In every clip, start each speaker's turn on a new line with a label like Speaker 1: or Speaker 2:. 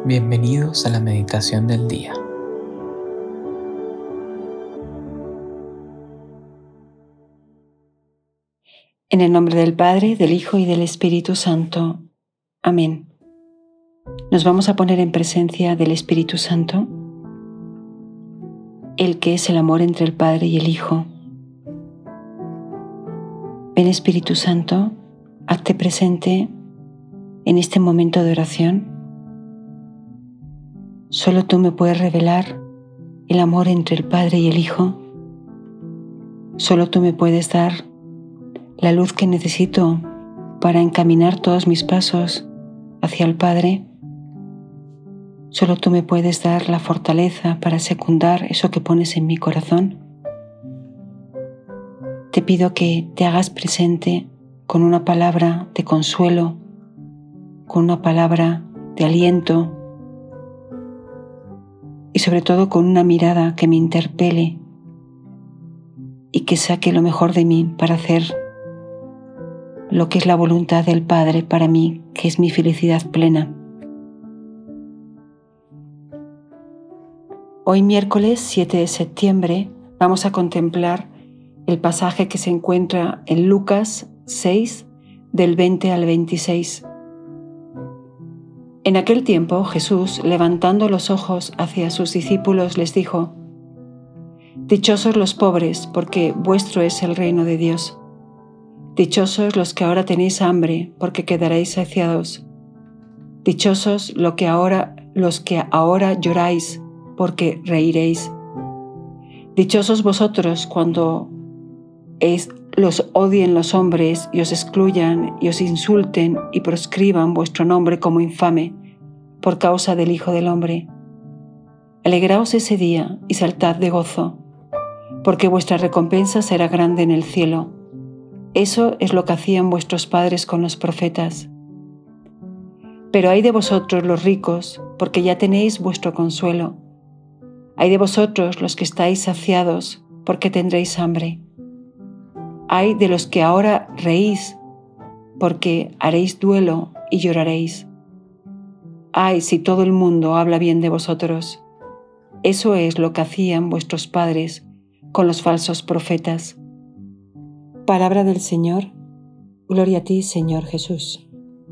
Speaker 1: Bienvenidos a la meditación del día.
Speaker 2: En el nombre del Padre, del Hijo y del Espíritu Santo. Amén. Nos vamos a poner en presencia del Espíritu Santo, el que es el amor entre el Padre y el Hijo. Ven, Espíritu Santo, hazte presente en este momento de oración. Solo tú me puedes revelar el amor entre el Padre y el Hijo. Solo tú me puedes dar la luz que necesito para encaminar todos mis pasos hacia el Padre. Solo tú me puedes dar la fortaleza para secundar eso que pones en mi corazón. Te pido que te hagas presente con una palabra de consuelo, con una palabra de aliento y sobre todo con una mirada que me interpele y que saque lo mejor de mí para hacer lo que es la voluntad del Padre para mí, que es mi felicidad plena. Hoy miércoles 7 de septiembre vamos a contemplar el pasaje que se encuentra en Lucas 6, del 20 al 26. En aquel tiempo Jesús, levantando los ojos hacia sus discípulos, les dijo: Dichosos los pobres, porque vuestro es el reino de Dios. Dichosos los que ahora tenéis hambre, porque quedaréis saciados. Dichosos los que ahora lloráis, porque reiréis. Dichosos vosotros cuando los odien los hombres y os excluyan y os insulten y proscriban vuestro nombre como infame por causa del Hijo del Hombre. Alegraos ese día y saltad de gozo, porque vuestra recompensa será grande en el cielo. Eso es lo que hacían vuestros padres con los profetas. Pero ay de vosotros los ricos, porque ya tenéis vuestro consuelo. Ay de vosotros los que estáis saciados, porque tendréis hambre. Ay de los que ahora reís, porque haréis duelo y lloraréis. Ay si todo el mundo habla bien de vosotros. Eso es lo que hacían vuestros padres con los falsos profetas. Palabra del Señor. Gloria a ti, Señor Jesús.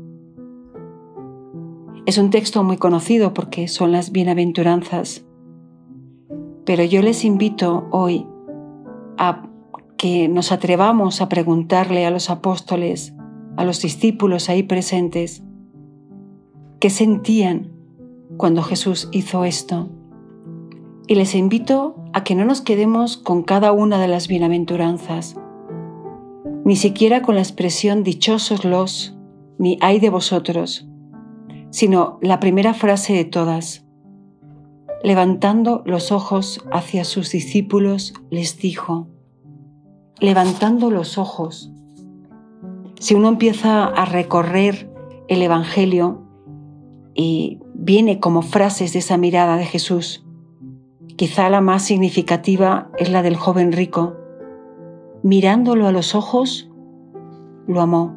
Speaker 2: Es un texto muy conocido porque son las bienaventuranzas, pero yo les invito hoy a que nos atrevamos a preguntarle a los apóstoles, a los discípulos ahí presentes, qué sentían cuando Jesús hizo esto. Y les invito a que no nos quedemos con cada una de las bienaventuranzas, ni siquiera con la expresión dichosos los, ni ay de vosotros, sino la primera frase de todas. Levantando los ojos hacia sus discípulos, les dijo: levantando los ojos. Si uno empieza a recorrer el Evangelio y viene como frases de esa mirada de Jesús, quizá la más significativa es la del joven rico. Mirándolo a los ojos, lo amó.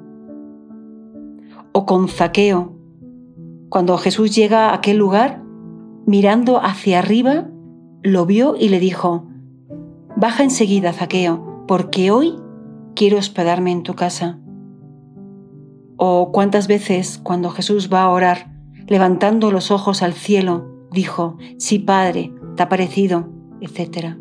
Speaker 2: O con Zaqueo, cuando Jesús llega a aquel lugar, mirando hacia arriba, lo vio y le dijo: baja enseguida, Zaqueo, porque hoy quiero hospedarme en tu casa. O cuántas veces cuando Jesús va a orar, levantando los ojos al cielo, dijo: sí, Padre, te ha parecido, etc.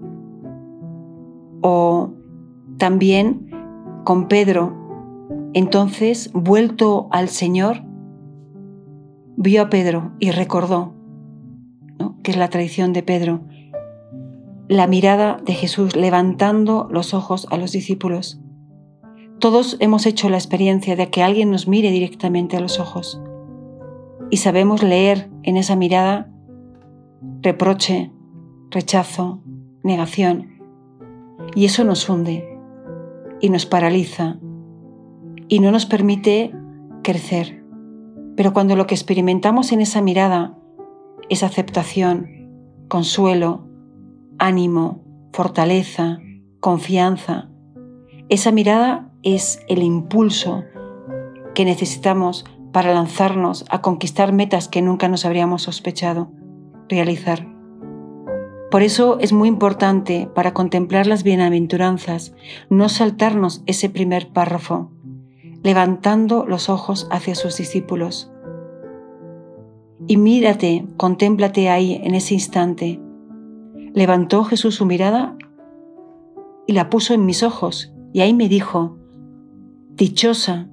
Speaker 2: O también con Pedro, entonces, vuelto al Señor, vio a Pedro y recordó, ¿no?, que es la tradición de Pedro, la mirada de Jesús levantando los ojos a los discípulos. Todos hemos hecho la experiencia de que alguien nos mire directamente a los ojos y sabemos leer en esa mirada reproche, rechazo, negación, y eso nos hunde y nos paraliza y no nos permite crecer. Pero cuando lo que experimentamos en esa mirada es aceptación, consuelo, ánimo, fortaleza, confianza, esa mirada es el impulso que necesitamos para lanzarnos a conquistar metas que nunca nos habríamos sospechado realizar. Por eso es muy importante, para contemplar las bienaventuranzas, no saltarnos ese primer párrafo, levantando los ojos hacia sus discípulos. Y mírate, contémplate ahí en ese instante. Levantó Jesús su mirada y la puso en mis ojos, y ahí me dijo: dichosa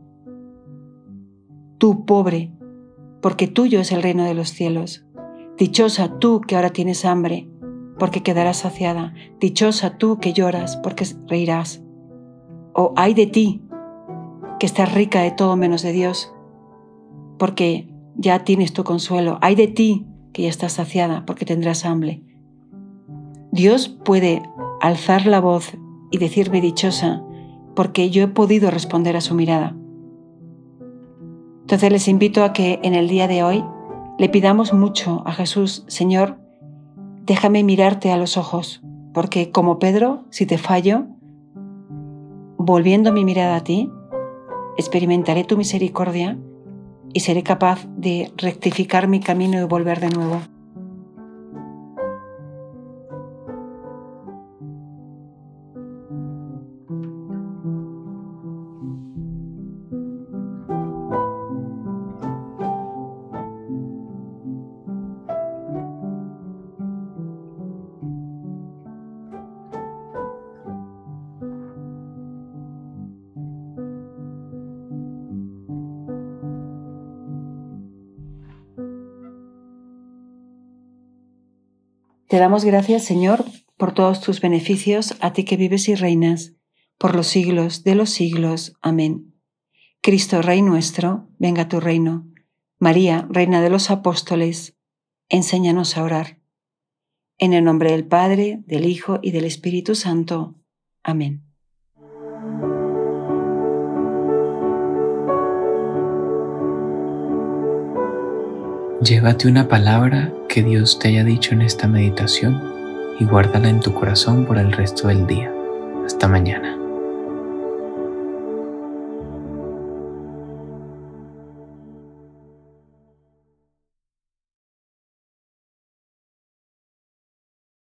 Speaker 2: tú, pobre, porque tuyo es el reino de los cielos. Dichosa tú que ahora tienes hambre, porque quedarás saciada. Dichosa tú que lloras, porque reirás. O ay de ti, que estás rica de todo menos de Dios, porque ya tienes tu consuelo. Ay de ti, que ya estás saciada, porque tendrás hambre. Dios puede alzar la voz y decirme dichosa, porque yo he podido responder a su mirada. Entonces les invito a que en el día de hoy le pidamos mucho a Jesús: Señor, déjame mirarte a los ojos, porque como Pedro, si te fallo, volviendo mi mirada a ti, experimentaré tu misericordia y seré capaz de rectificar mi camino y volver de nuevo. Te damos gracias, Señor, por todos tus beneficios, a ti que vives y reinas, por los siglos de los siglos. Amén. Cristo, Rey nuestro, venga a tu reino. María, Reina de los Apóstoles, enséñanos a orar. En el nombre del Padre, del Hijo y del Espíritu Santo. Amén.
Speaker 1: Llévate una palabra que Dios te haya dicho en esta meditación y guárdala en tu corazón por el resto del día. Hasta mañana.